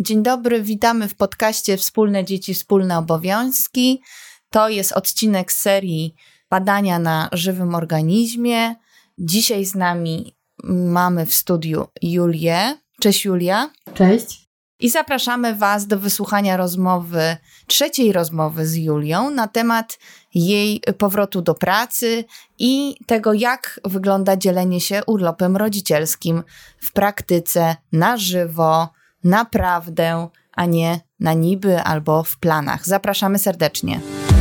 Dzień dobry, witamy w podcaście Wspólne Dzieci, Wspólne Obowiązki. To jest odcinek z serii Badania na żywym organizmie. Dzisiaj z nami mamy w studiu Julię. Cześć Julia. Cześć. I zapraszamy Was do wysłuchania trzeciej rozmowy z Julią na temat jej powrotu do pracy i tego, jak wygląda dzielenie się urlopem rodzicielskim w praktyce, na żywo, naprawdę, a nie na niby albo w planach. Zapraszamy serdecznie.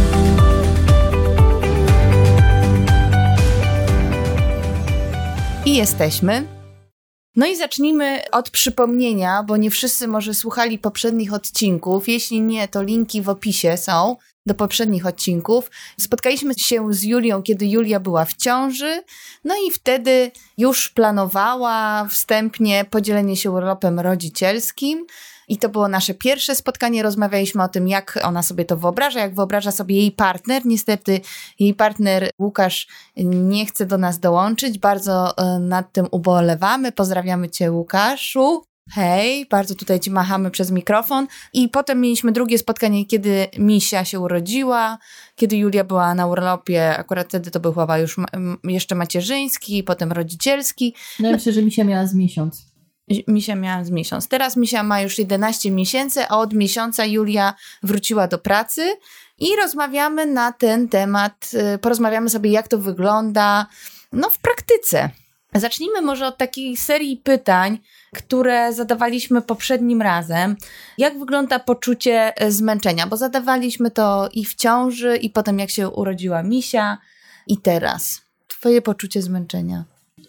I jesteśmy. No i zacznijmy od przypomnienia, bo nie wszyscy może słuchali poprzednich odcinków. Jeśli nie, to linki w opisie są do poprzednich odcinków. Spotkaliśmy się z Julią, kiedy Julia była w ciąży, no i wtedy już planowała wstępnie podzielenie się urlopem rodzicielskim. I to było nasze pierwsze spotkanie. Rozmawialiśmy o tym, jak ona sobie to wyobraża, jak wyobraża sobie jej partner. Niestety jej partner Łukasz nie chce do nas dołączyć. Bardzo nad tym ubolewamy. Pozdrawiamy Cię, Łukaszu. Hej, bardzo tutaj Ci machamy przez mikrofon. I potem mieliśmy drugie spotkanie, kiedy Misia się urodziła, kiedy Julia była na urlopie. Akurat wtedy to był chyba już jeszcze macierzyński, potem rodzicielski. No ja myślę, że Misia miała z miesiąc. Misia miała z miesiąc. Teraz Misia ma już 11 miesięcy, a od miesiąca Julia wróciła do pracy i rozmawiamy na ten temat, porozmawiamy sobie, jak to wygląda w praktyce. Zacznijmy może od takiej serii pytań, które zadawaliśmy poprzednim razem. Jak wygląda poczucie zmęczenia? Bo zadawaliśmy to i w ciąży, i potem jak się urodziła Misia, i teraz. Twoje poczucie zmęczenia?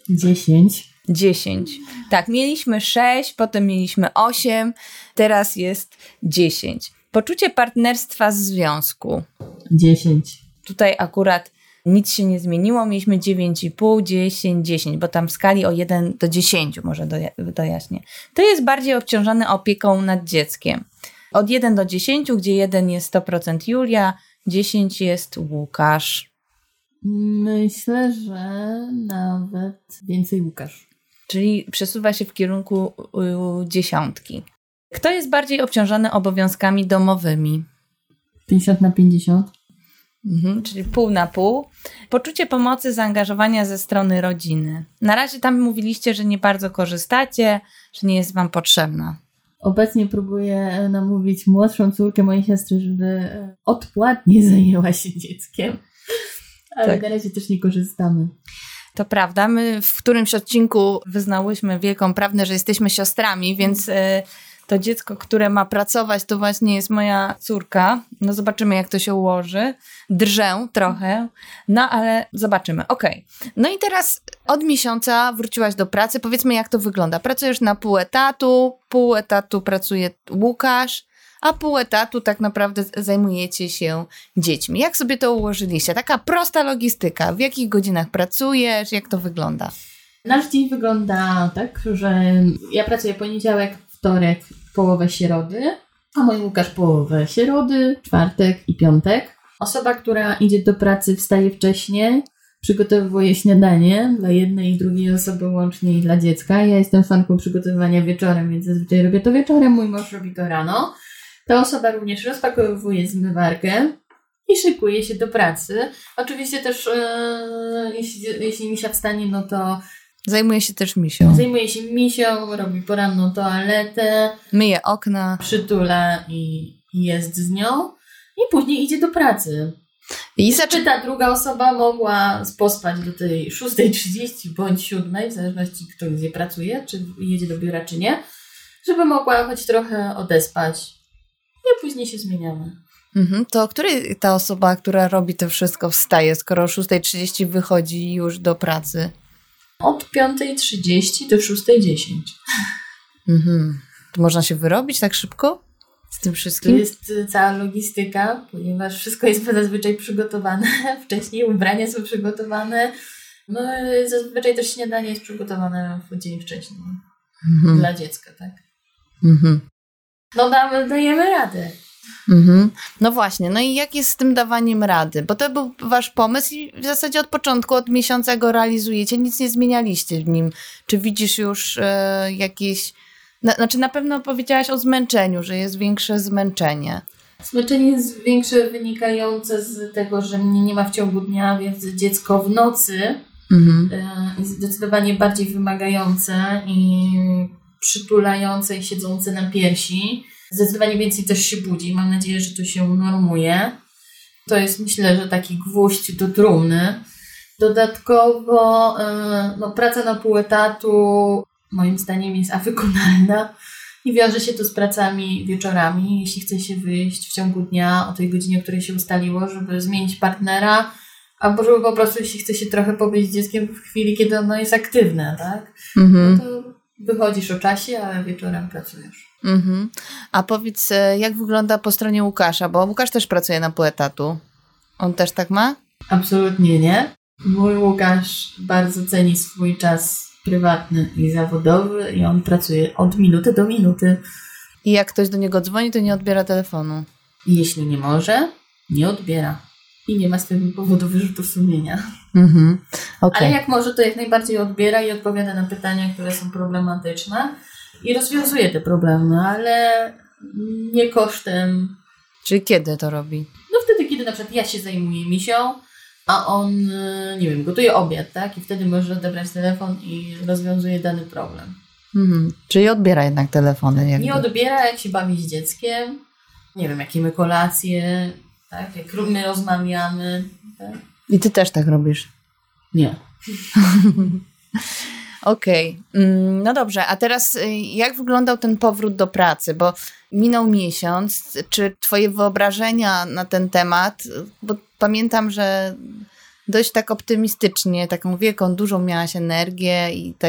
10. Tak, mieliśmy 6, potem mieliśmy 8, teraz jest 10. Poczucie partnerstwa z związku. 10. Tutaj akurat nic się nie zmieniło, mieliśmy 9,5, 10, 10, bo tam w skali o 1 do 10 może dojaśnię. To jest bardziej obciążone opieką nad dzieckiem. Od 1 do 10, gdzie 1 jest 100% Julia, 10 jest Łukasz. Myślę, że nawet więcej Łukasz. Czyli przesuwa się w kierunku 10. Kto jest bardziej obciążony obowiązkami domowymi? 50/50. Czyli pół na pół. Poczucie pomocy, zaangażowania ze strony rodziny. Na razie tam mówiliście, że nie bardzo korzystacie, że nie jest wam potrzebna. Obecnie próbuję namówić młodszą córkę mojej siostry, żeby odpłatnie zajęła się dzieckiem. Ale tak. Na razie też nie korzystamy. To prawda, my w którymś odcinku wyznałyśmy wielką prawdę, że jesteśmy siostrami, więc to dziecko, które ma pracować, to właśnie jest moja córka. No zobaczymy, jak to się ułoży. Drżę trochę, ale zobaczymy. Okej. No i teraz od miesiąca wróciłaś do pracy. Powiedzmy, jak to wygląda. Pracujesz na pół etatu pracuje Łukasz, a pół etatu tak naprawdę zajmujecie się dziećmi. Jak sobie to ułożyliście? Taka prosta logistyka. W jakich godzinach pracujesz? Jak to wygląda? Nasz dzień wygląda tak, że ja pracuję poniedziałek, wtorek, połowę środy, a mój Łukasz połowę środy, czwartek i piątek. Osoba, która idzie do pracy, wstaje wcześniej, przygotowuje śniadanie dla jednej i drugiej osoby łącznie i dla dziecka. Ja jestem fanką przygotowywania wieczorem, więc zazwyczaj robię to wieczorem, mój mąż robi to rano. Ta osoba również rozpakowuje zmywarkę i szykuje się do pracy. Oczywiście też jeśli Misia wstanie, no to zajmuje się też Misią. Zajmuje się Misią, robi poranną toaletę, myje okna, przytula i jest z nią i później idzie do pracy. Czy ta druga osoba mogła pospać do tej 6:30 bądź 7:00, w zależności kto gdzie pracuje, czy jedzie do biura, czy nie, żeby mogła choć trochę odespać. I później się zmieniamy. To o której ta osoba, która robi to wszystko, wstaje, skoro o 6:30 wychodzi już do pracy? Od 5:30 do 6:10. To można się wyrobić tak szybko z tym wszystkim? To jest cała logistyka, ponieważ wszystko jest zazwyczaj przygotowane wcześniej, ubrania są przygotowane. No zazwyczaj też śniadanie jest przygotowane w dzień wcześniej. Dla dziecka, tak? No dajemy radę. No właśnie, no i jak jest z tym dawaniem rady? Bo to był wasz pomysł i w zasadzie od początku, od miesiąca go realizujecie, nic nie zmienialiście w nim. Czy widzisz już jakieś Znaczy na pewno powiedziałaś o zmęczeniu, że jest większe zmęczenie. Zmęczenie jest większe wynikające z tego, że mnie nie ma w ciągu dnia, więc dziecko w nocy jest zdecydowanie bardziej wymagające i przytulające i siedzące na piersi. Zdecydowanie więcej też się budzi. Mam nadzieję, że to się normuje. To jest, myślę, że taki gwóźdź do trumny. Dodatkowo praca na pół etatu moim zdaniem jest awykonalna i wiąże się to z pracami wieczorami. Jeśli chce się wyjść w ciągu dnia o tej godzinie, o której się ustaliło, żeby zmienić partnera, albo żeby po prostu, jeśli chce się trochę pobyć z dzieckiem w chwili, kiedy ono jest aktywne, tak? No to wychodzisz o czasie, a wieczorem pracujesz. A powiedz, jak wygląda po stronie Łukasza, bo Łukasz też pracuje na pół etatu. On też tak ma? Absolutnie nie. Mój Łukasz bardzo ceni swój czas prywatny i zawodowy i on pracuje od minuty do minuty. I jak ktoś do niego dzwoni, to nie odbiera telefonu? I jeśli nie może, nie odbiera. I nie ma z tego powodu wyrzutów sumienia. Okay. Ale jak może, to jak najbardziej odbiera i odpowiada na pytania, które są problematyczne i rozwiązuje te problemy, ale nie kosztem. Czyli kiedy to robi? No wtedy, kiedy na przykład ja się zajmuję misią, a on, nie wiem, gotuje obiad, tak? I wtedy może odebrać telefon i rozwiązuje dany problem. Czyli odbiera jednak telefony. Jakby. Nie odbiera, jak się bawi z dzieckiem. Nie wiem, jakie my kolacje, tak? Jak my rozmawiamy. Tak? I ty też tak robisz? Nie. Okej. No dobrze, a teraz jak wyglądał ten powrót do pracy? Bo minął miesiąc. Czy twoje wyobrażenia na ten temat, bo pamiętam, że dość tak optymistycznie, taką wielką, dużą miałaś energię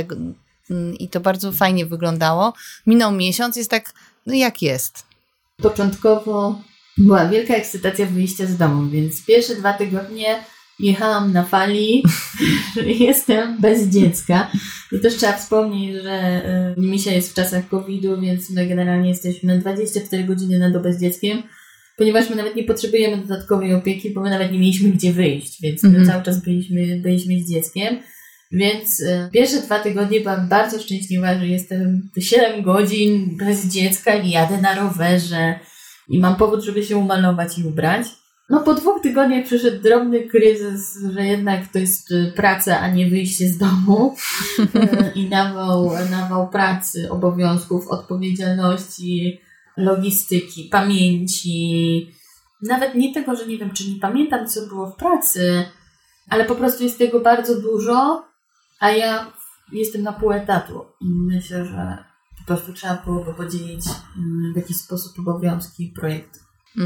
i to bardzo fajnie wyglądało. Minął miesiąc, jest tak, no jak jest? Początkowo była wielka ekscytacja wyjścia z domu, więc pierwsze 2 tygodnie jechałam na fali, że jestem bez dziecka. I też trzeba wspomnieć, że Misia jest w czasach COVID-u, więc my generalnie jesteśmy na 24 godziny na dobę z dzieckiem, ponieważ my nawet nie potrzebujemy dodatkowej opieki, bo my nawet nie mieliśmy gdzie wyjść, więc my cały czas byliśmy z dzieckiem. Więc pierwsze 2 tygodnie byłam bardzo szczęśliwa, że jestem 7 godzin bez dziecka i jadę na rowerze i mam powód, żeby się umalować i ubrać. No po 2 tygodniach przyszedł drobny kryzys, że jednak to jest praca, a nie wyjście z domu i nawał pracy, obowiązków, odpowiedzialności, logistyki, pamięci. Nawet nie tego, że nie wiem, czy nie pamiętam, co było w pracy, ale po prostu jest tego bardzo dużo, a ja jestem na pół etatu i myślę, że po prostu trzeba byłoby podzielić w jakiś sposób obowiązki i projekty.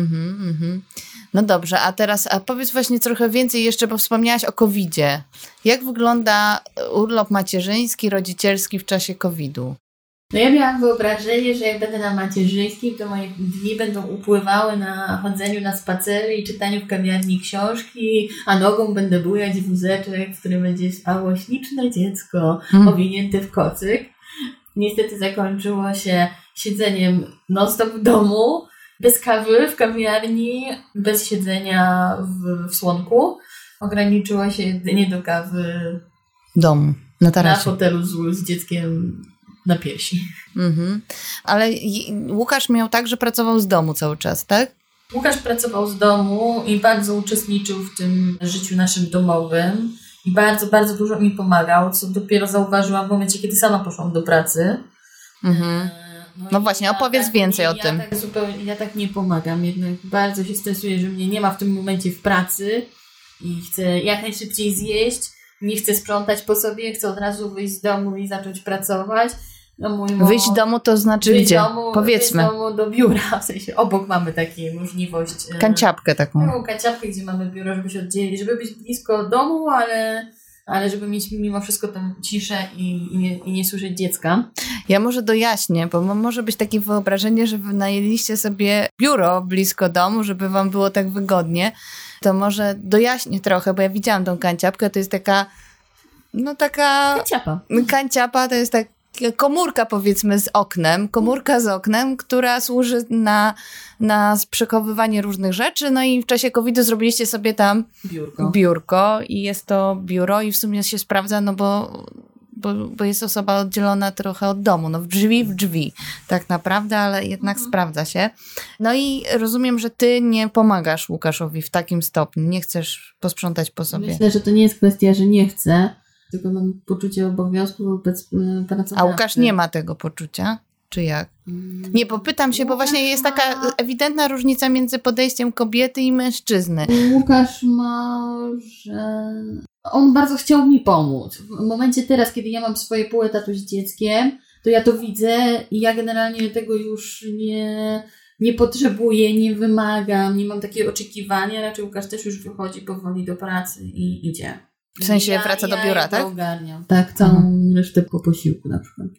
No dobrze, a powiedz właśnie trochę więcej jeszcze, bo wspomniałaś o COVID-zie. Jak wygląda urlop macierzyński, rodzicielski w czasie COVID-u? No ja miałam wyobrażenie, że jak będę na macierzyńskim, to moje dni będą upływały na chodzeniu na spacery i czytaniu w kawiarni książki, a nogą będę bujać wózeczek, w którym będzie spało śliczne dziecko owinięte w kocyk. Niestety zakończyło się siedzeniem non-stop w domu, bez kawy w kawiarni, bez siedzenia w słonku. Ograniczyło się jedynie do kawy w domu, na tarasie. Na hotelu z dzieckiem na piersi. Ale Łukasz miał tak, że pracował z domu cały czas, tak? Łukasz pracował z domu i bardzo uczestniczył w tym życiu naszym domowym i bardzo, bardzo dużo mi pomagał, co dopiero zauważyłam w momencie, kiedy sama poszłam do pracy. No właśnie, opowiedz więcej o tym. Ja tak nie pomagam, jednak bardzo się stresuję, że mnie nie ma w tym momencie w pracy i chcę jak najszybciej zjeść, nie chcę sprzątać po sobie, chcę od razu wyjść z domu i zacząć pracować. No wyjść z domu to znaczy gdzie? Powiedzmy. Wyjść z domu do biura, w sensie obok mamy taką możliwość. Kanciapkę taką. Taką kanciapkę, gdzie mamy biuro, żeby się oddzielić, żeby być blisko domu, ale żeby mieć mimo wszystko tą ciszę i nie słyszeć dziecka. Ja może dojaśnię, bo może być takie wyobrażenie, że wynajęliście sobie biuro blisko domu, żeby wam było tak wygodnie. To może dojaśnię trochę, bo ja widziałam tą kanciapkę, to jest taka Kanciapa to jest taka komórka, powiedzmy, komórka z oknem, która służy na przechowywanie różnych rzeczy, no i w czasie COVID-u zrobiliście sobie tam biurko i jest to biuro i w sumie się sprawdza, no bo bo jest osoba oddzielona trochę od domu. No w drzwi tak naprawdę, ale jednak sprawdza się. No i rozumiem, że ty nie pomagasz Łukaszowi w takim stopniu. Nie chcesz posprzątać po sobie. Myślę, że to nie jest kwestia, że nie chcę, tylko mam poczucie obowiązku wobec pracodawcy. A Łukasz nie ma tego poczucia? Czy jak? Nie, bo pytam się, bo właśnie jest taka ewidentna różnica między podejściem kobiety i mężczyzny. Łukasz ma, że on bardzo chciał mi pomóc. W momencie teraz, kiedy ja mam swoje pół etatu z dzieckiem, to ja to widzę i ja generalnie tego już nie potrzebuję, nie wymagam, nie mam takiego oczekiwania. Raczej Łukasz też już wychodzi powoli do pracy i idzie. W sensie wraca do biura, tak? Ogarniam. Tak, całą resztę po posiłku na przykład.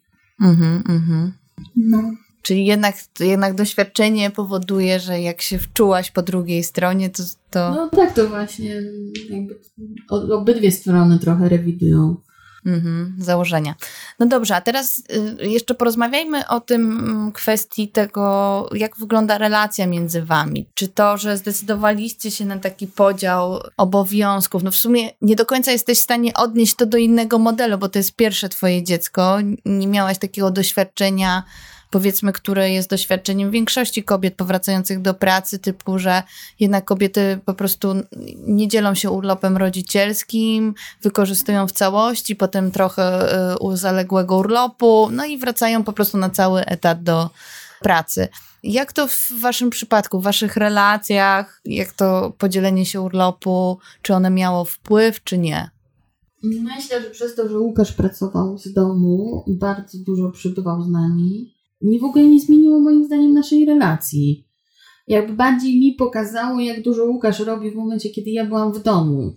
No. Czyli jednak doświadczenie powoduje, że jak się wczułaś po drugiej stronie, to... No tak, to właśnie jakby obydwie strony trochę rewidują. Założenia. No dobrze, a teraz jeszcze porozmawiajmy o tym kwestii tego, jak wygląda relacja między wami. Czy to, że zdecydowaliście się na taki podział obowiązków, no w sumie nie do końca jesteś w stanie odnieść to do innego modelu, bo to jest pierwsze twoje dziecko, nie miałaś takiego doświadczenia, powiedzmy, które jest doświadczeniem większości kobiet powracających do pracy, typu, że jednak kobiety po prostu nie dzielą się urlopem rodzicielskim, wykorzystują w całości, potem trochę zaległego urlopu, no i wracają po prostu na cały etat do pracy. Jak to w waszym przypadku, w waszych relacjach, jak to podzielenie się urlopu, czy one miało wpływ, czy nie? Myślę, że przez to, że Łukasz pracował z domu i bardzo dużo przybywał z nami, w ogóle nie zmieniło moim zdaniem naszej relacji. Jakby bardziej mi pokazało, jak dużo Łukasz robi w momencie, kiedy ja byłam w domu.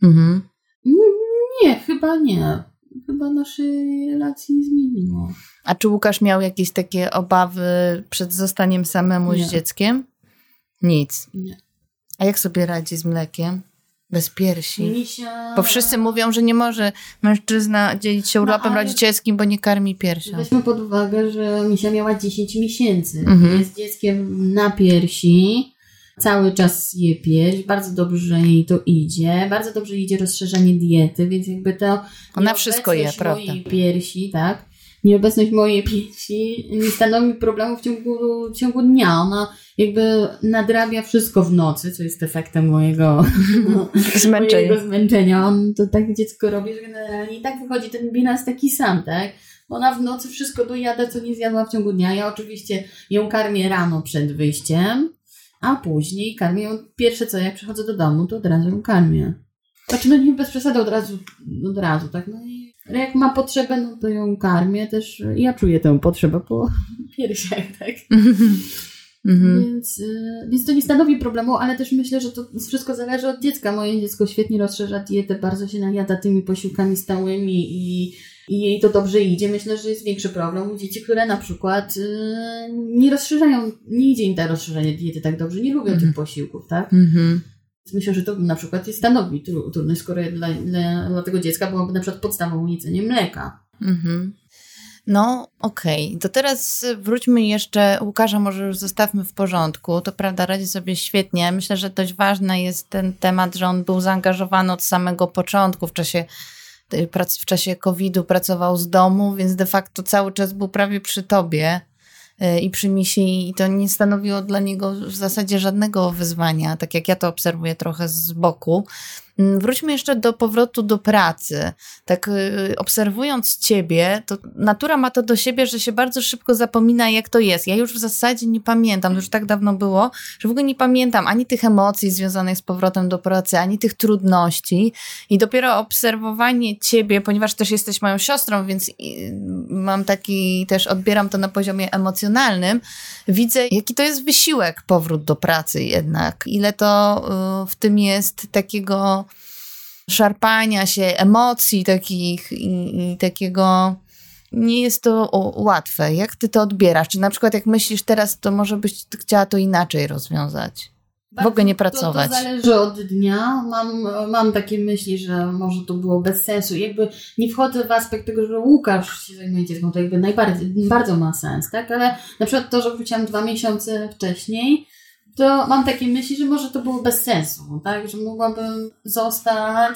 Nie, chyba nie. Chyba naszej relacji nie zmieniło. A czy Łukasz miał jakieś takie obawy przed zostaniem samemu z dzieckiem? Nic. Nie. A jak sobie radzi z mlekiem? Bez piersi. Misia... Bo wszyscy mówią, że nie może mężczyzna dzielić się urlopem rodzicielskim, bo nie karmi piersią. Weźmy pod uwagę, że Misia miała 10 miesięcy. Jest dzieckiem na piersi. Cały czas je pierś. Bardzo dobrze jej to idzie. Bardzo dobrze idzie rozszerzanie diety, więc jakby to... Ona wszystko je, prawda? Mojej piersi, tak? Nieobecność mojej piersi nie stanowi problemu w ciągu dnia. Ona jakby nadrabia wszystko w nocy, co jest efektem mojego zmęczenia. On to tak dziecko robi, że generalnie i tak wychodzi ten bilans taki sam, tak? Ona w nocy wszystko dojada, co nie zjadła w ciągu dnia. Ja oczywiście ją karmię rano przed wyjściem, a później karmię ją pierwsze co, jak przychodzę do domu, to od razu ją karmię. Znaczy, no nie bez przesady od razu, tak? No i jak ma potrzebę, no to ją karmię też. Ja czuję tę potrzebę po piersiach, tak? Więc to nie stanowi problemu, ale też myślę, że to wszystko zależy od dziecka. Moje dziecko świetnie rozszerza dietę, bardzo się najada tymi posiłkami stałymi i jej to dobrze idzie. Myślę, że jest większy problem u dzieci, które na przykład nie rozszerzają, nie idzie im to rozszerzenie diety tak dobrze, nie lubią tych posiłków, tak? Myślę, że to na przykład stanowi trudność, skoro dla tego dziecka byłoby na przykład podstawą jedzenie mleka. No okej, to teraz wróćmy jeszcze, Łukasza może już zostawmy w porządku, to prawda, radzi sobie świetnie. Myślę, że dość ważny jest ten temat, że on był zaangażowany od samego początku, w czasie COVID-u pracował z domu, więc de facto cały czas był prawie przy tobie i przy Misi i to nie stanowiło dla niego w zasadzie żadnego wyzwania, tak jak ja to obserwuję trochę z boku. Wróćmy jeszcze do powrotu do pracy. Tak obserwując ciebie, to natura ma to do siebie, że się bardzo szybko zapomina, jak to jest. Ja już w zasadzie nie pamiętam, to już tak dawno było, że w ogóle nie pamiętam ani tych emocji związanych z powrotem do pracy, ani tych trudności. I dopiero obserwowanie ciebie, ponieważ też jesteś moją siostrą, więc mam taki, też odbieram to na poziomie emocjonalnym, widzę, jaki to jest wysiłek powrót do pracy jednak. Ile to w tym jest takiego szarpania się, emocji takich i takiego, nie jest to łatwe. Jak ty to odbierasz? Czy na przykład jak myślisz teraz, to może byś chciała to inaczej rozwiązać? W ogóle nie pracować. To zależy od dnia. Mam takie myśli, że może to było bez sensu. Jakby nie wchodzę w aspekt tego, że Łukasz się zajmuje dzieckiem, to jakby bardzo ma sens, tak? Ale na przykład to, że wróciłam 2 miesiące wcześniej, to mam takie myśli, że może to było bez sensu, tak? Że mogłabym zostać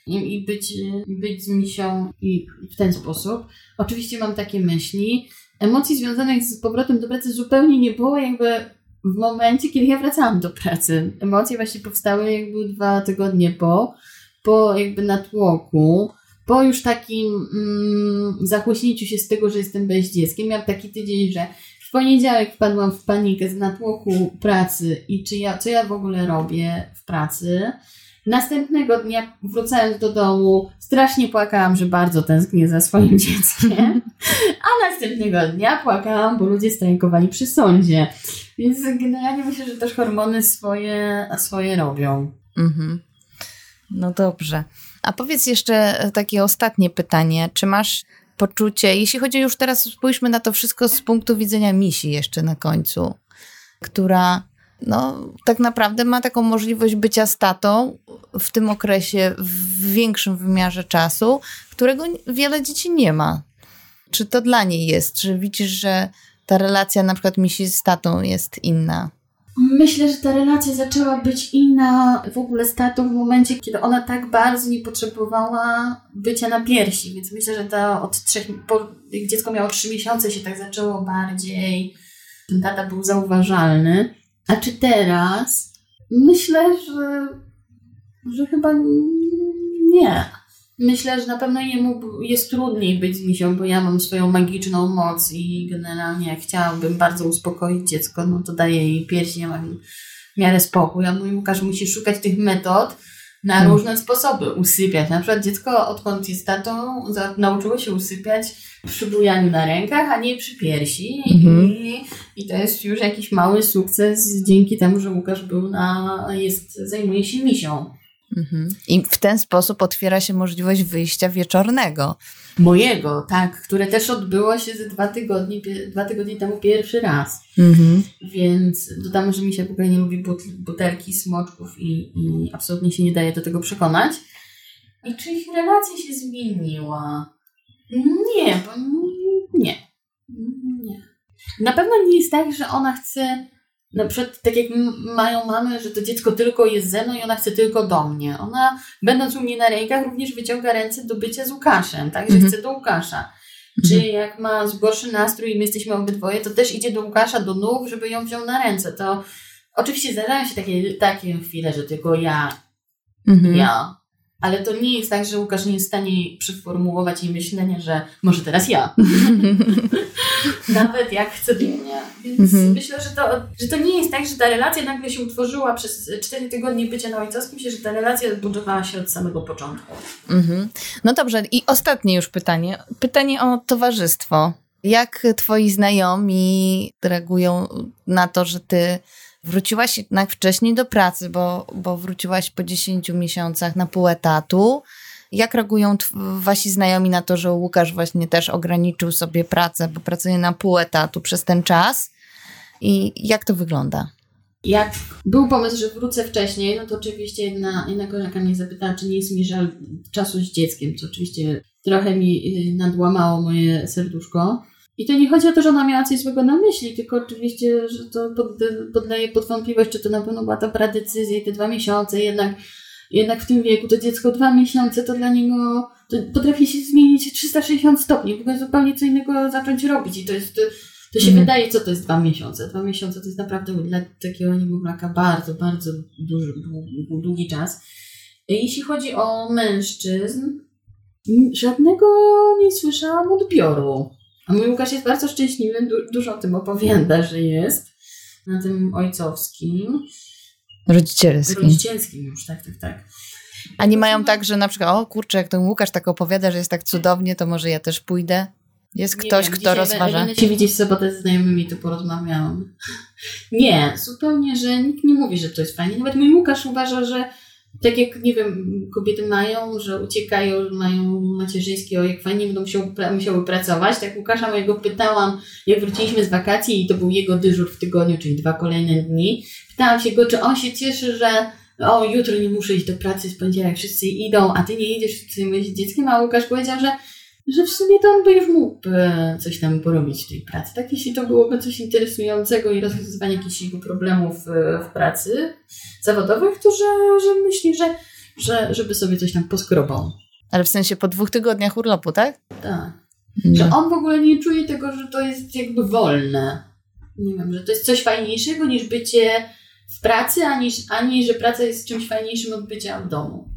i być z misią i w ten sposób. Oczywiście mam takie myśli. Emocji związanych z powrotem do pracy zupełnie nie było jakby w momencie, kiedy ja wracałam do pracy. Emocje właśnie powstały jakby 2 tygodnie po jakby natłoku, po już takim zachłyśnięciu się z tego, że jestem bez dzieckiem. Miałam taki tydzień, że w poniedziałek wpadłam w panikę z natłoku pracy i co ja w ogóle robię w pracy. Następnego dnia wracając do domu, strasznie płakałam, że bardzo tęsknię za swoim dzieckiem, a następnego dnia płakałam, bo ludzie strajkowali przy sądzie. Więc generalnie myślę, że też hormony swoje robią. Mhm. No dobrze. A powiedz jeszcze takie ostatnie pytanie. Czy masz poczucie, jeśli chodzi już teraz, spójrzmy na to wszystko z punktu widzenia Misi jeszcze na końcu, która tak naprawdę ma taką możliwość bycia z tatą w tym okresie w większym wymiarze czasu, którego wiele dzieci nie ma. Czy to dla niej jest? Czy widzisz, że ta relacja na przykład Misi z tatą jest inna? Myślę, że ta relacja zaczęła być inna w ogóle z tatą w momencie, kiedy ona tak bardzo nie potrzebowała bycia na piersi, więc myślę, że jak dziecko miało 3 miesiące, się tak zaczęło bardziej, ten tata był zauważalny. A czy teraz? Myślę, że chyba nie. Myślę, że na pewno jemu jest trudniej być z misią, bo ja mam swoją magiczną moc i generalnie jak chciałabym bardzo uspokoić dziecko, no to daję jej piersi, ja mam w miarę spokój, a mój Łukasz musi szukać tych metod na różne sposoby usypiać. Na przykład dziecko, odkąd jest tatą, nauczyło się usypiać przy bujaniu na rękach, a nie przy piersi. I to jest już jakiś mały sukces dzięki temu, że Łukasz zajmuje się misią. I w ten sposób otwiera się możliwość wyjścia wieczornego. Mojego, tak, które też odbyło się ze 2 tygodnie temu pierwszy raz. Więc dodam, że Misia w ogóle nie lubi butelki, smoczków i absolutnie się nie daje do tego przekonać. I czy ich relacja się zmieniła? Nie. Na pewno nie jest tak, że ona chce, na przykład tak jak mają mamy, że to dziecko tylko jest ze mną i ona chce tylko do mnie. Ona, będąc u mnie na rękach, również wyciąga ręce do bycia z Łukaszem, tak, że chce do Łukasza. Czy jak ma gorszy nastrój i my jesteśmy obydwoje, to też idzie do Łukasza, do nóg, żeby ją wziął na ręce. To oczywiście zdarzają się takie chwile, że tylko ja. Ale to nie jest tak, że Łukasz nie jest w stanie przeformułować jej myślenia, że może teraz ja. Nawet jak chce do mnie. Więc myślę, że to nie jest tak, że ta relacja nagle się utworzyła przez 4 tygodnie bycia na ojcowskim. Myślę, że ta relacja budowała się od samego początku. No dobrze. I ostatnie już pytanie. Pytanie o towarzystwo. Jak twoi znajomi reagują na to, że ty wróciłaś jednak wcześniej do pracy, bo wróciłaś po 10 miesiącach na pół etatu. Jak reagują wasi znajomi na to, że Łukasz właśnie też ograniczył sobie pracę, bo pracuje na pół etatu przez ten czas? I jak to wygląda? Jak był pomysł, że wrócę wcześniej, no to oczywiście jedna koleżanka mnie zapytała, czy nie jest mi żal czasu z dzieckiem, co oczywiście trochę mi nadłamało moje serduszko. I to nie chodzi o to, że ona miała coś złego na myśli, tylko oczywiście, że to poddaje pod wątpliwość, czy to na pewno była dobra decyzja i te 2 miesiące, jednak w tym wieku to dziecko 2 miesiące to dla niego to potrafi się zmienić 360 stopni, w ogóle zupełnie co innego zacząć robić i to się wydaje, co to jest 2 miesiące. 2 miesiące to jest naprawdę dla takiego niemowlaka bardzo, bardzo długi czas. Jeśli chodzi o mężczyzn, żadnego nie słyszałam odbioru. A mój Łukasz jest bardzo szczęśliwy, dużo o tym opowiada, że jest na tym ojcowskim. Rodzicielskim już, tak. A nie mają tak, że na przykład, o kurczę, jak ten Łukasz tak opowiada, że jest tak cudownie, to może ja też pójdę? Jest ktoś, kto rozważa? Będę się widzieć w sobotę ze znajomymi, to porozmawiałam. Nie, zupełnie, że nikt nie mówi, że to jest fajnie. Nawet mój Łukasz uważa, że tak jak, nie wiem, kobiety mają, że uciekają, mają macierzyńskie, jak fajnie będą musiały pracować. Tak Łukasza mojego pytałam, jak wróciliśmy z wakacji i to był jego dyżur w tygodniu, czyli 2 kolejne dni. Pytałam się go, czy on się cieszy, że jutro nie muszę iść do pracy, z poniedziałek wszyscy idą, a ty nie idziesz, z dzieckiem, a Łukasz powiedział, że w sumie to on by już mógł coś tam porobić w tej pracy. Tak, jeśli to byłoby coś interesującego i rozwiązywanie jakichś jego problemów w pracy zawodowych, to że myśli, że żeby sobie coś tam poskrobał. Ale w sensie po 2 tygodniach urlopu, tak? Tak. Że on w ogóle nie czuje tego, że to jest jakby wolne. Nie wiem, że to jest coś fajniejszego niż bycie w pracy, ani że praca jest czymś fajniejszym od bycia w domu.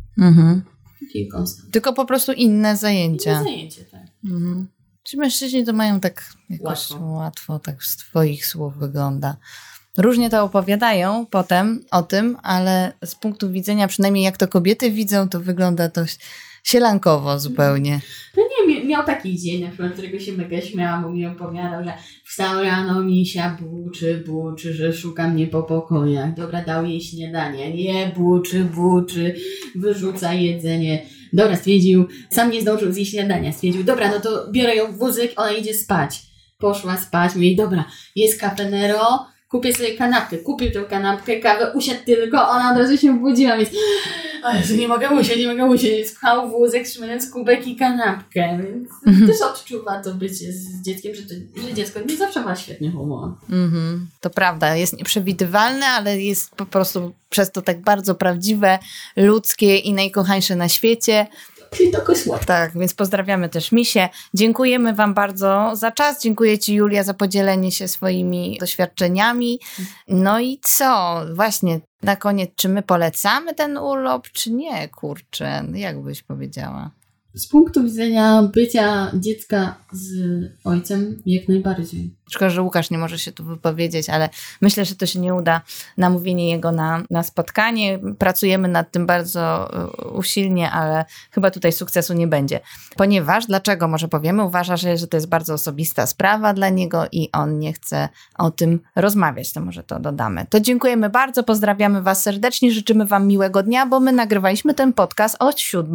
Tylko po prostu inne zajęcia. Inne zajęcie, tak. Czy mężczyźni to mają tak jakoś łatwo, tak z twoich słów wygląda. Różnie to opowiadają potem o tym, ale z punktu widzenia, przynajmniej jak to kobiety widzą, to wygląda to sielankowo zupełnie. No nie, miał taki dzień, na przykład, którego się mega śmiałam, bo mi opowiadał, że wstał rano, misia buczy, że szuka mnie po pokojach. Dobra, dał jej śniadanie. Nie, buczy, wyrzuca jedzenie. Dobra, stwierdził, sam nie zdążył zjeść śniadania. Stwierdził, dobra, no to biorę ją w wózek, ona idzie spać. Poszła spać, mówi, dobra, jest Caffenero, kupię sobie kanapkę. Kupił tę kanapkę, kawę, usiadł tylko, ona od razu się budziła, więc o Jezu, nie mogę usiąść. Spchał wózek, trzymając kubek i kanapkę, więc też odczuwa to bycie z dzieckiem, że dziecko nie zawsze ma świetny humor. To prawda, jest nieprzewidywalne, ale jest po prostu przez to tak bardzo prawdziwe, ludzkie i najkochańsze na świecie. Czyli to kosło. Tak, więc pozdrawiamy też Misię. Dziękujemy wam bardzo za czas. Dziękuję ci, Julia, za podzielenie się swoimi doświadczeniami. No i co? Właśnie na koniec, czy my polecamy ten urlop, czy nie? Kurczę, jak byś powiedziała? Z punktu widzenia bycia dziecka z ojcem jak najbardziej. Szkoda, że Łukasz nie może się tu wypowiedzieć, ale myślę, że to się nie uda namówienie jego na spotkanie. Pracujemy nad tym bardzo usilnie, ale chyba tutaj sukcesu nie będzie. Ponieważ, dlaczego może powiemy, uważa, że to jest bardzo osobista sprawa dla niego i on nie chce o tym rozmawiać. To może to dodamy. To dziękujemy bardzo, pozdrawiamy was serdecznie, życzymy wam miłego dnia, bo my nagrywaliśmy ten podcast o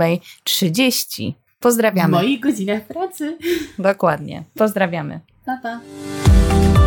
7:30. Pozdrawiamy. W moich godzinach pracy. Dokładnie. Pozdrawiamy. Pa, pa.